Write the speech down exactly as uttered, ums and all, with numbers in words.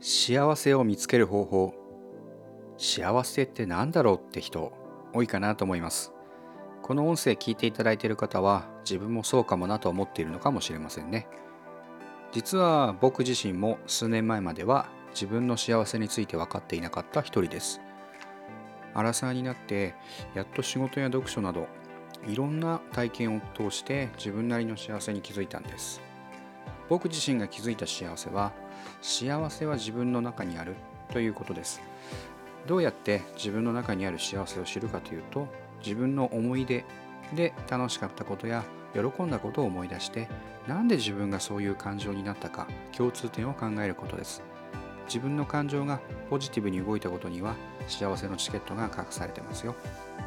幸せを見つける方法。幸せって何だろうって人多いかなと思います。この音声聞いていただいている方は自分もそうかもなと思っているのかもしれませんね。実は僕自身も数年前までは自分の幸せについて分かっていなかった一人です。アラサーになってやっと仕事や読書などいろんな体験を通して自分なりの幸せに気づいたんです。僕自身が気づいた幸せは、幸せは自分の中にあるということです。どうやって自分の中にある幸せを知るかというと、自分の思い出で楽しかったことや喜んだことを思い出して、なんで自分がそういう感情になったか、共通点を考えることです。自分の感情がポジティブに動いたことには幸せのチケットが隠されてますよ。